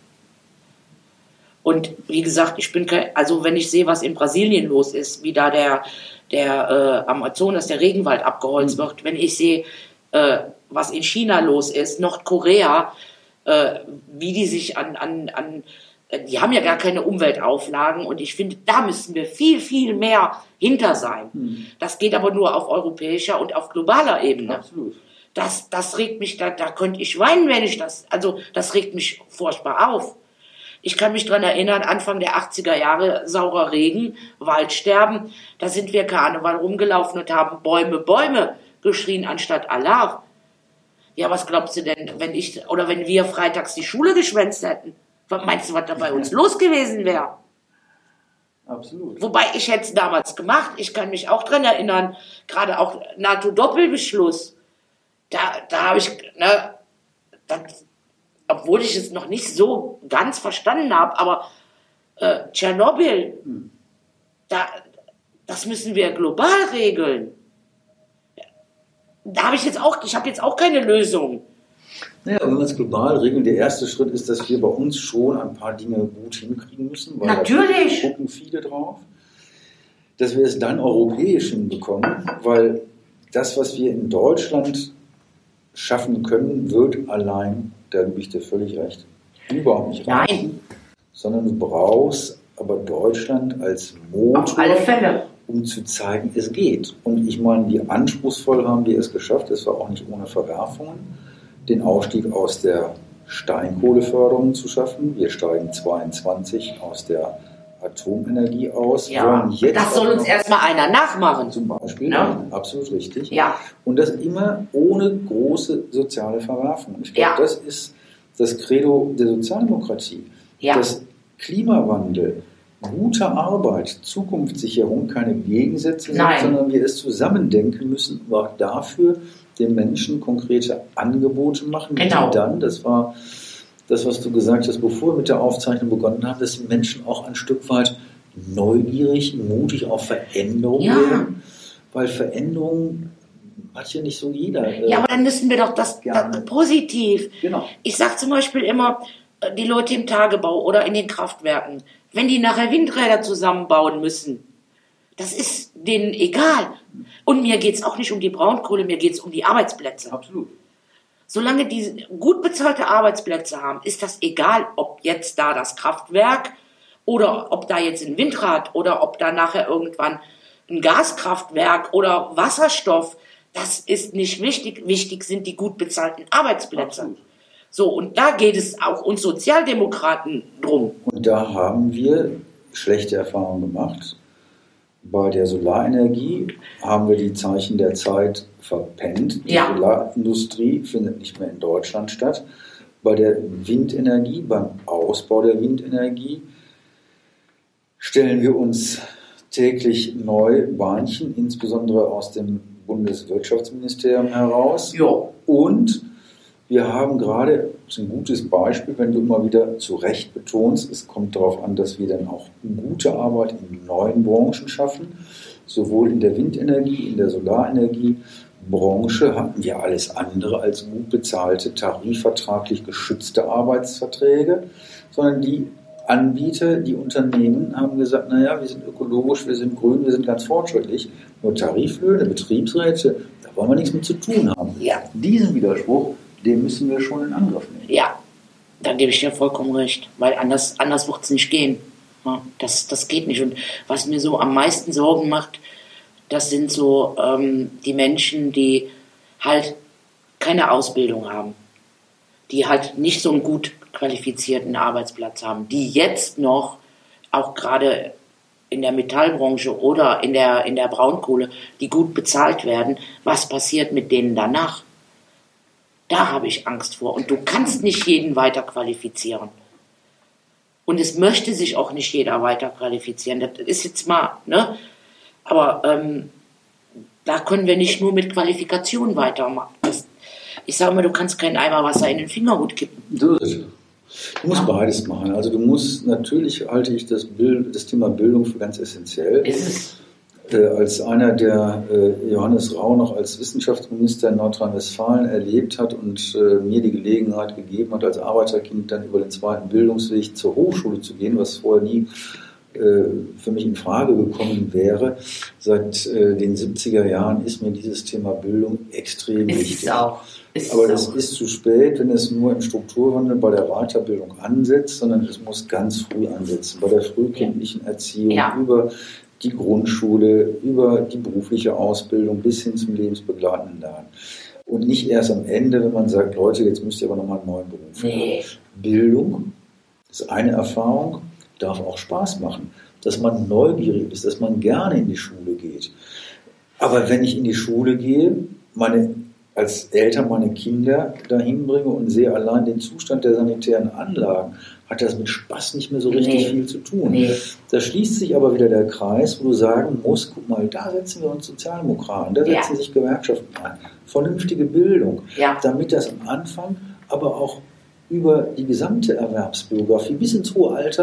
Und wie gesagt, ich bin kein, also wenn ich sehe, was in Brasilien los ist, wie da der, der äh, Amazonas, der Regenwald abgeholzt Mhm. wird, wenn ich sehe, äh, was in China los ist, Nordkorea, äh, wie die sich an, an, an, äh, die haben ja gar keine Umweltauflagen, und ich finde, da müssen wir viel, viel mehr hinter sein. Mhm. Das geht aber nur auf europäischer und auf globaler Ebene. Absolut. Das, das regt mich, da, da könnte ich weinen, wenn ich das, also das regt mich furchtbar auf. Ich kann mich dran erinnern, Anfang der achtziger Jahre, saurer Regen, Waldsterben, da sind wir Karneval rumgelaufen und haben Bäume, Bäume geschrien anstatt Allah. Ja, was glaubst du denn, wenn ich, oder wenn wir freitags die Schule geschwänzt hätten? Was meinst du, was da bei uns los gewesen wäre? Absolut. Wobei, ich hätte es damals gemacht, ich kann mich auch dran erinnern, gerade auch NATO-Doppelbeschluss. Da, da habe ich, ne, das, obwohl ich es noch nicht so ganz verstanden habe, aber äh, Tschernobyl, hm. da, das müssen wir global regeln. Da habe ich jetzt auch, ich habe jetzt auch keine Lösung. Naja, wenn wir es global regeln, der erste Schritt ist, dass wir bei uns schon ein paar Dinge gut hinkriegen müssen. Weil Natürlich. Da gucken viele drauf. Dass wir es dann europäisch hinbekommen, weil das, was wir in Deutschland schaffen können, wird allein, da gebe ich dir völlig recht, überhaupt nicht reichen. Nein. Sondern du brauchst aber Deutschland als Motor, auf alle Fälle, um zu zeigen, es geht. Und ich meine, wie anspruchsvoll haben wir es geschafft, es war auch nicht ohne Verwerfungen, den Ausstieg aus der Steinkohleförderung zu schaffen. Wir steigen zweiundzwanzig aus der Atomenergie aus. Ja, jetzt das soll uns erstmal einer nachmachen. Zum Beispiel, ja. Absolut richtig. Ja. Und das immer ohne große soziale Verwerfungen. Ich glaube, ja. das ist das Credo der Sozialdemokratie. Ja. Dass Klimawandel, gute Arbeit, Zukunftssicherung keine Gegensätze sind, Nein. sondern wir es zusammendenken müssen, aber auch dafür den Menschen konkrete Angebote machen, genau. die dann, das war das, was du gesagt hast, bevor wir mit der Aufzeichnung begonnen haben, dass die Menschen auch ein Stück weit neugierig, mutig auf Veränderung ja. werden, weil Veränderung hat ja nicht so jeder. Ja, aber dann müssen wir doch das, das positiv. Genau. Ich sage zum Beispiel immer, die Leute im Tagebau oder in den Kraftwerken, wenn die nachher Windräder zusammenbauen müssen, das ist denen egal. Und mir geht es auch nicht um die Braunkohle, mir geht es um die Arbeitsplätze. Absolut. Solange die gut bezahlte Arbeitsplätze haben, ist das egal, ob jetzt da das Kraftwerk oder ob da jetzt ein Windrad oder ob da nachher irgendwann ein Gaskraftwerk oder Wasserstoff. Das ist nicht wichtig. Wichtig sind die gut bezahlten Arbeitsplätze. Absolut. So, und da geht es auch uns Sozialdemokraten drum. Und da haben wir schlechte Erfahrungen gemacht. Bei der Solarenergie haben wir die Zeichen der Zeit verpennt. Die ja. Solarindustrie findet nicht mehr in Deutschland statt. Bei der Windenergie, beim Ausbau der Windenergie, stellen wir uns täglich neu Beinchen, insbesondere aus dem Bundeswirtschaftsministerium heraus. Jo. Und wir haben gerade, das ist ein gutes Beispiel, wenn du immer wieder zu Recht betonst, es kommt darauf an, dass wir dann auch gute Arbeit in neuen Branchen schaffen, sowohl in der Windenergie, in der Solarenergiebranche hatten wir alles andere als gut bezahlte, tarifvertraglich geschützte Arbeitsverträge, sondern die Anbieter, die Unternehmen haben gesagt, naja, wir sind ökologisch, wir sind grün, wir sind ganz fortschrittlich, nur Tariflöhne, Betriebsräte, da wollen wir nichts mit zu tun haben. Ja. Diesen Widerspruch, den müssen wir schon in Angriff nehmen. Ja, da gebe ich dir vollkommen recht, weil anders, anders wird es nicht gehen. Ja, das, das geht nicht. Und was mir so am meisten Sorgen macht, das sind so ähm, die Menschen, die halt keine Ausbildung haben, die halt nicht so einen gut qualifizierten Arbeitsplatz haben, die jetzt noch, auch gerade in der Metallbranche oder in der, in der Braunkohle, die gut bezahlt werden. Was passiert mit denen danach? Da habe ich Angst vor. Und du kannst nicht jeden weiter qualifizieren. Und es möchte sich auch nicht jeder weiter qualifizieren. Das ist jetzt mal, ne? Aber ähm, da können wir nicht nur mit Qualifikation weitermachen. Das, ich sage mal, du kannst keinen Eimer Wasser in den Fingerhut kippen. Du, du musst beides machen. Also du musst, natürlich halte ich das, Bild, das Thema Bildung für ganz essentiell. Ist es? Äh, als einer, der äh, Johannes Rau noch als Wissenschaftsminister in Nordrhein-Westfalen erlebt hat und äh, mir die Gelegenheit gegeben hat, als Arbeiterkind dann über den zweiten Bildungsweg zur Hochschule zu gehen, was vorher nie äh, für mich in Frage gekommen wäre. Seit äh, den siebziger Jahren ist mir dieses Thema Bildung extrem ist wichtig. Es auch. Ist Aber es es ist zu spät, wenn es nur im Strukturwandel bei der Weiterbildung ansetzt, sondern es muss ganz früh ansetzen, bei der frühkindlichen Erziehung, ja. über die Grundschule, über die berufliche Ausbildung bis hin zum lebensbegleitenden Lernen. Und nicht erst am Ende, wenn man sagt, Leute, jetzt müsst ihr aber nochmal einen neuen Beruf nee. haben. Bildung ist eine Erfahrung, darf auch Spaß machen, dass man neugierig ist, dass man gerne in die Schule geht. Aber wenn ich in die Schule gehe, meine als Eltern meine Kinder dahin bringe und sehe allein den Zustand der sanitären Anlagen, hat das mit Spaß nicht mehr so richtig nee. viel zu tun. Nee. Da schließt sich aber wieder der Kreis, wo du sagen musst, guck mal, da setzen wir uns Sozialdemokraten, da setzen ja. sich Gewerkschaften ein. Vernünftige Bildung, ja. damit das am Anfang, aber auch über die gesamte Erwerbsbiografie bis ins hohe Alter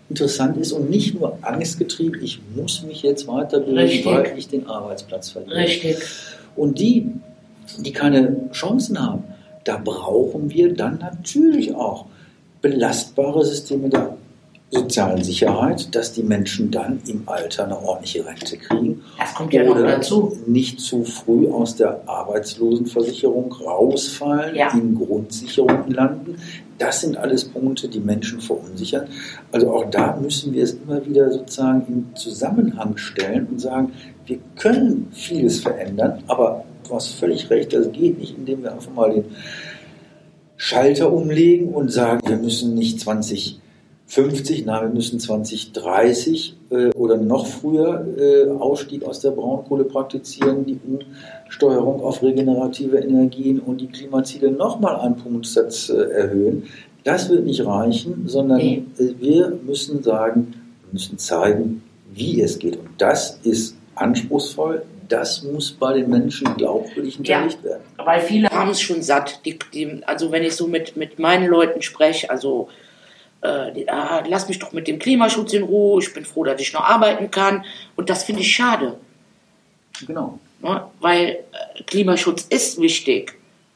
interessant ist und nicht nur angstgetrieben, ich muss mich jetzt weiterbilden, Richtig. weil ich den Arbeitsplatz verliere. Richtig. Und die, die keine Chancen haben, da brauchen wir dann natürlich auch belastbare Systeme der sozialen Sicherheit, dass die Menschen dann im Alter eine ordentliche Rente kriegen. Das kommt ja noch oder dazu. nicht zu früh aus der Arbeitslosenversicherung rausfallen, Ja. in Grundsicherungen landen. Das sind alles Punkte, die Menschen verunsichern. Also auch da müssen wir es immer wieder sozusagen in Zusammenhang stellen und sagen, wir können vieles verändern, aber du hast völlig recht, das geht nicht, indem wir einfach mal den Schalter umlegen und sagen, wir müssen nicht zwanzig fünfzig, nein, wir müssen zwanzig dreißig äh, oder noch früher äh, Ausstieg aus der Braunkohle praktizieren, die Umsteuerung auf regenerative Energien und die Klimaziele nochmal einen Punktsatz äh, erhöhen. Das wird nicht reichen, sondern Nee. äh, wir müssen sagen, wir müssen zeigen, wie es geht. Und das ist anspruchsvoll, das muss bei den Menschen glaubwürdig hinterlegt Ja. werden. Weil viele haben es schon satt. Die, die, also wenn ich so mit, mit meinen Leuten spreche, also äh, die, ah, lass mich doch mit dem Klimaschutz in Ruhe, ich bin froh, dass ich noch arbeiten kann. Und das finde ich schade. Genau. Ne? Weil äh, Klimaschutz ist wichtig.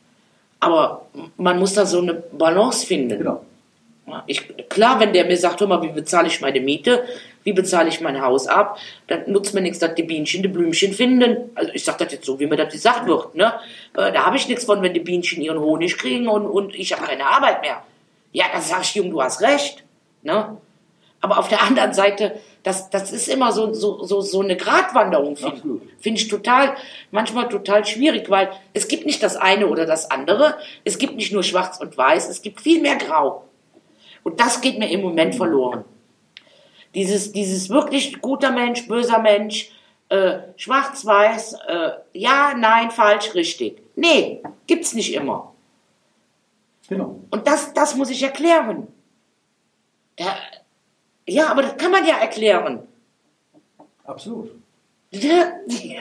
Aber man muss da so eine Balance finden. Genau. Ja, ich, klar, wenn der mir sagt, hör mal, wie bezahle ich meine Miete, wie bezahle ich mein Haus ab, dann nutzt mir nichts, dass die Bienchen die Blümchen finden. Also ich sage das jetzt so, wie mir das gesagt wird. Ne? Äh, da habe ich nichts von, wenn die Bienchen ihren Honig kriegen und, und ich habe keine Arbeit mehr. Ja, dann sage ich, Junge, du hast recht. Ne? Aber auf der anderen Seite, das, das ist immer so, so, so, so eine Gratwanderung, finde find ich total, manchmal total schwierig, weil es gibt nicht das eine oder das andere, es gibt nicht nur schwarz und weiß, es gibt viel mehr Grau. Und das geht mir im Moment verloren. Dieses, dieses wirklich guter Mensch, böser Mensch, äh, schwarz-weiß, äh, ja, nein, falsch, richtig. Nee, gibt's nicht immer. Genau. Und das, das muss ich erklären. Ja, ja, aber das kann man ja erklären. Absolut. Ja,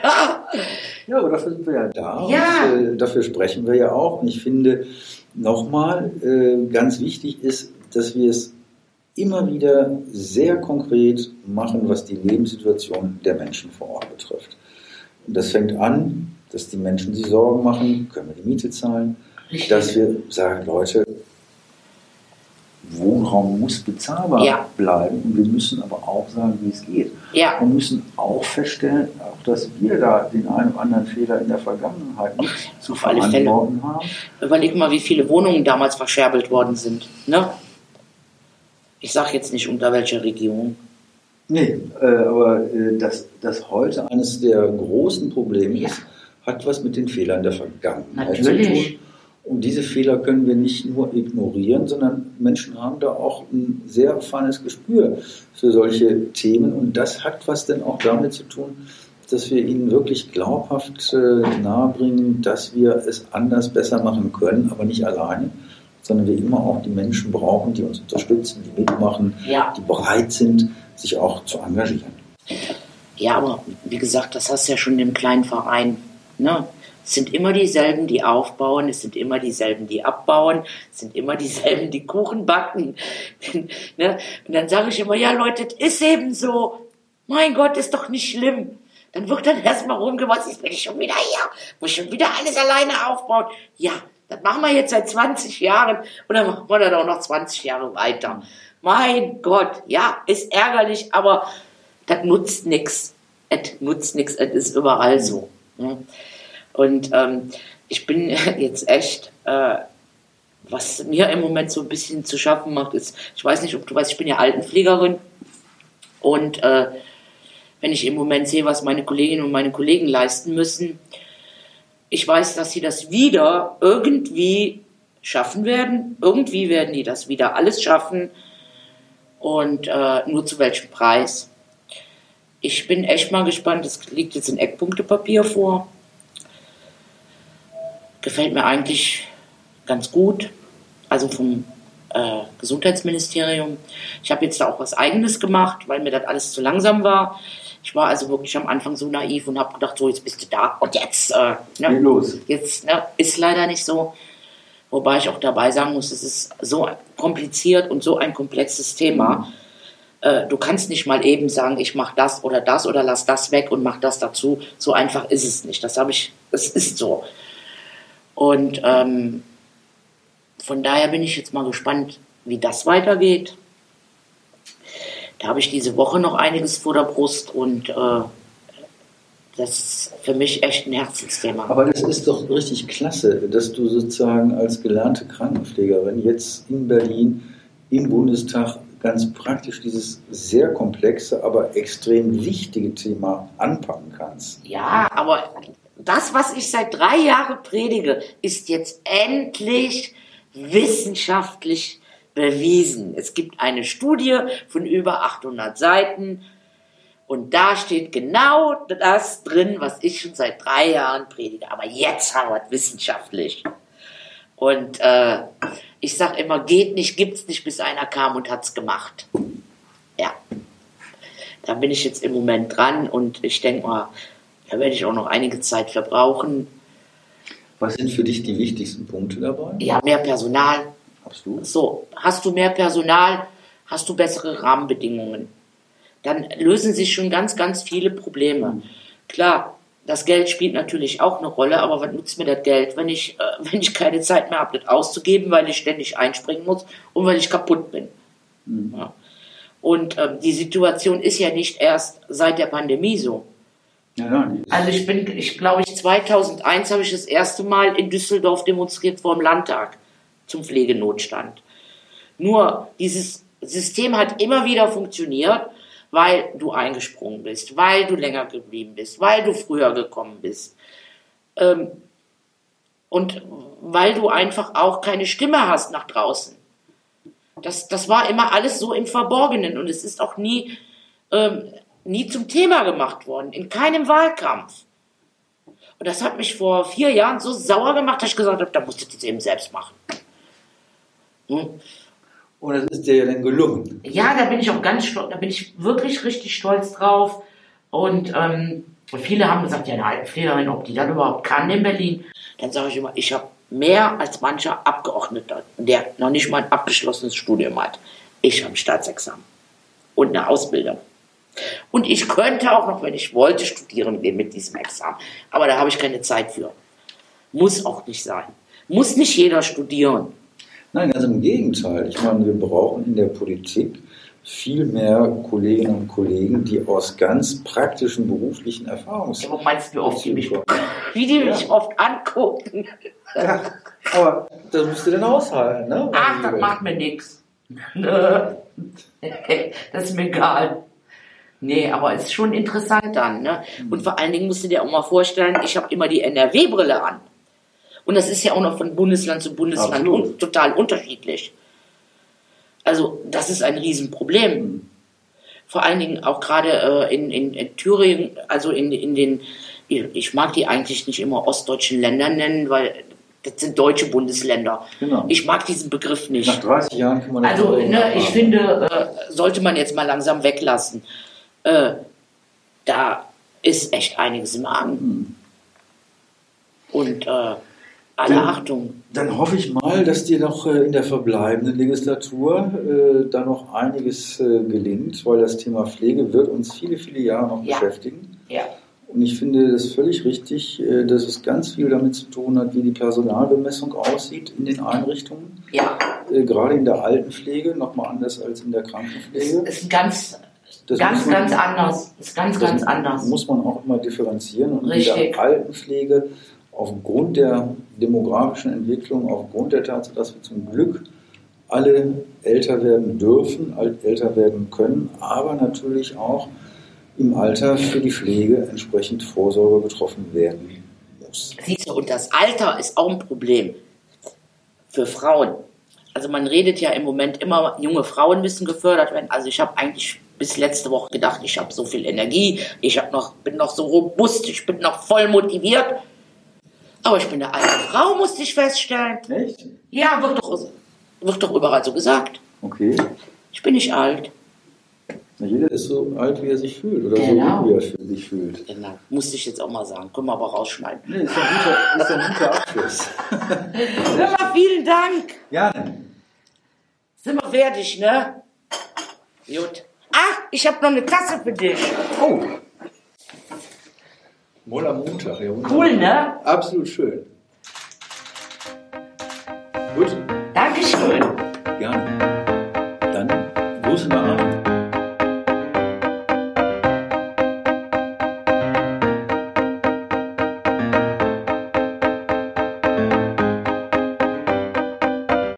Ja, aber dafür sind wir ja da. Ja. Und, äh, dafür sprechen wir ja auch. Und ich finde, nochmal, äh, ganz wichtig ist, dass wir es immer wieder sehr konkret machen, was die Lebenssituation der Menschen vor Ort betrifft. Und das fängt an, dass die Menschen sich Sorgen machen, können wir die Miete zahlen, Richtig. dass wir sagen, Leute, Wohnraum muss bezahlbar Ja. bleiben und wir müssen aber auch sagen, wie es geht. Ja. Und müssen auch feststellen, auch dass wir da den einen oder anderen Fehler in der Vergangenheit nicht zu Auf alle Fälle. verantworten haben. Überleg mal, wie viele Wohnungen damals verscherbelt worden sind. Ne? Ich sage jetzt nicht, unter welcher Regierung. Nee, äh, aber äh, dass das heute eines der großen Probleme Ja. ist, hat was mit den Fehlern der Vergangenheit Natürlich. zu tun. Und diese Fehler können wir nicht nur ignorieren, sondern Menschen haben da auch ein sehr feines Gespür für solche Themen. Und das hat was denn auch damit zu tun, dass wir ihnen wirklich glaubhaft äh, nahebringen, dass wir es anders besser machen können, aber nicht alleine, sondern wir immer auch die Menschen brauchen, die uns unterstützen, die mitmachen, Ja. die bereit sind, sich auch zu engagieren. Ja, aber wie gesagt, das hast du ja schon im kleinen Verein. Ne? Es sind immer dieselben, die aufbauen, es sind immer dieselben, die abbauen, es sind immer dieselben, die Kuchen backen. Ne? Und dann sage ich immer, ja Leute, es ist eben so. Mein Gott, ist doch nicht schlimm. Dann wird dann erstmal rumgemacht, jetzt bin ich schon wieder hier, muss ich schon wieder alles alleine aufbauen. Ja, das machen wir jetzt seit zwanzig Jahren und dann machen wir das auch noch zwanzig Jahre weiter. Mein Gott, ja, ist ärgerlich, aber das nutzt nichts. Es nutzt nichts, es ist überall so. Ne? Und ähm, ich bin jetzt echt, äh, was mir im Moment so ein bisschen zu schaffen macht, ist, ich weiß nicht, ob du weißt, ich bin ja Altenpflegerin und äh, wenn ich im Moment sehe, was meine Kolleginnen und meine Kollegen leisten müssen, ich weiß, dass sie das wieder irgendwie schaffen werden. Irgendwie werden die das wieder alles schaffen und äh, nur zu welchem Preis. Ich bin echt mal gespannt, es liegt jetzt ein Eckpunktepapier vor. Gefällt mir eigentlich ganz gut, also vom äh, Gesundheitsministerium. Ich habe jetzt da auch was Eigenes gemacht, weil mir das alles zu langsam war. Ich war also wirklich am Anfang so naiv und habe gedacht, so jetzt bist du da und jetzt, äh, ne, Geht los. jetzt ne, ist leider nicht so. Wobei ich auch dabei sagen muss, es ist so kompliziert und so ein komplexes Thema. Äh, du kannst nicht mal eben sagen, ich mache das oder das oder lass das weg und mach das dazu. So einfach ist es nicht. Das habe ich, es ist so. Und ähm, von daher bin ich jetzt mal gespannt, wie das weitergeht. Da habe ich diese Woche noch einiges vor der Brust und äh, das ist für mich echt ein Herzensthema. Aber das ist doch richtig klasse, dass du sozusagen als gelernte Krankenpflegerin jetzt in Berlin im Bundestag ganz praktisch dieses sehr komplexe, aber extrem wichtige Thema anpacken kannst. Ja, aber das, was ich seit drei Jahren predige, ist jetzt endlich wissenschaftlich bewiesen. Es gibt eine Studie von über achthundert Seiten und da steht genau das drin, was ich schon seit drei Jahren predige. Aber jetzt haben wir es wissenschaftlich. Und äh, ich sage immer, geht nicht, gibt's nicht, bis einer kam und hat's gemacht. Ja, da bin ich jetzt im Moment dran und ich denke mal, da werde ich auch noch einige Zeit verbrauchen. Was sind für dich die wichtigsten Punkte dabei? Ja, mehr Personal. Absolut. So, hast du mehr Personal, hast du bessere Rahmenbedingungen. Dann lösen sich schon ganz, ganz viele Probleme. Mhm. Klar, das Geld spielt natürlich auch eine Rolle, aber was nutzt mir das Geld, wenn ich, äh, wenn ich keine Zeit mehr habe, das auszugeben, weil ich ständig einspringen muss und weil ich kaputt bin. Mhm. Ja. Und äh, die Situation ist ja nicht erst seit der Pandemie so. Ja, nein. Also ich bin, ich glaube, ich zweitausendeins habe ich das erste Mal in Düsseldorf demonstriert vor dem Landtag zum Pflegenotstand. Nur dieses System hat immer wieder funktioniert, weil du eingesprungen bist, weil du länger geblieben bist, weil du früher gekommen bist. Ähm, und weil du einfach auch keine Stimme hast nach draußen. Das, das war immer alles so im Verborgenen und es ist auch nie, ähm, nie zum Thema gemacht worden, in keinem Wahlkampf. Und das hat mich vor vier Jahren so sauer gemacht, dass ich gesagt habe, da musst du das eben selbst machen. Hm? Und das ist dir ja dann gelungen. Ja, da bin ich auch ganz stolz, da bin ich wirklich richtig stolz drauf. Und ähm, viele haben gesagt, ja, eine Altenpflegerin, ob die das überhaupt kann in Berlin. Dann sage ich immer, ich habe mehr als mancher Abgeordneter, der noch nicht mal ein abgeschlossenes Studium hat. Ich habe ein Staatsexamen und eine Ausbildung. Und ich könnte auch noch, wenn ich wollte, studieren gehen mit diesem Examen. Aber da habe ich keine Zeit für. Muss auch nicht sein. Muss nicht jeder studieren. Nein, also im Gegenteil. Ich meine, wir brauchen in der Politik viel mehr Kolleginnen und Kollegen, die aus ganz praktischen beruflichen Erfahrungen. Ja, aber meinst du, wie oft die mich, wie die mich ja. oft angucken? Ja, aber das musst du denn aushalten, ne? Ach, das macht mir nichts. Das ist mir egal. Nee, aber es ist schon interessant dann, ne? Und vor allen Dingen musst du dir auch mal vorstellen, ich habe immer die N R W-Brille an. Und das ist ja auch noch von Bundesland zu Bundesland un- total unterschiedlich. Also das ist ein Riesenproblem. Mhm. Vor allen Dingen auch gerade äh, in, in, in Thüringen, also in, in den, ich mag die eigentlich nicht immer ostdeutschen Ländern nennen, weil das sind deutsche Bundesländer. Genau. Ich mag diesen Begriff nicht. Nach dreißig Jahren kann man das Also ne, ich finde, äh, sollte man jetzt mal langsam weglassen. Äh, da ist echt einiges im Argen. Mhm. Und äh, alle dann, Achtung. Dann hoffe ich mal, dass dir noch äh, in der verbleibenden Legislatur äh, da noch einiges äh, gelingt, weil das Thema Pflege wird uns viele, viele Jahre noch ja. beschäftigen. Ja. Und ich finde es völlig richtig, äh, dass es ganz viel damit zu tun hat, wie die Personalbemessung aussieht in den Einrichtungen. Ja. Äh, gerade in der Altenpflege, nochmal anders als in der Krankenpflege. Das ist ganz, das ganz, man, ganz anders. Das ist ganz, das ganz anders. Muss man auch immer differenzieren. Und Richtig. in der Altenpflege aufgrund der demografischen Entwicklung, aufgrund der Tatsache, dass wir zum Glück alle älter werden dürfen, älter werden können, aber natürlich auch im Alter für die Pflege entsprechend Vorsorge getroffen werden muss. Siehst du, und das Alter ist auch ein Problem für Frauen. Also man redet ja im Moment immer, junge Frauen müssen gefördert werden. Also ich habe eigentlich bis letzte Woche gedacht, ich habe so viel Energie, ich hab noch, bin noch so robust, ich bin noch voll motiviert. Aber ich bin eine alte Frau, musste ich feststellen. Echt? Ja, wird doch, wird doch überall so gesagt. Okay. Ich bin nicht alt. Na, jeder ist so alt, wie er sich fühlt. Oder genau. so, wie er sich fühlt. Genau. Musste ich jetzt auch mal sagen. Können wir aber rausschneiden. Nee, ist ein guter, ist ein guter Abschluss. Hör mal, vielen Dank. Gerne. Sind wir fertig, ne? Gut. Ah, ich habe noch eine Tasse für dich. Oh. Moll am Montag, ja. Cool, ne? Absolut schön. Gut.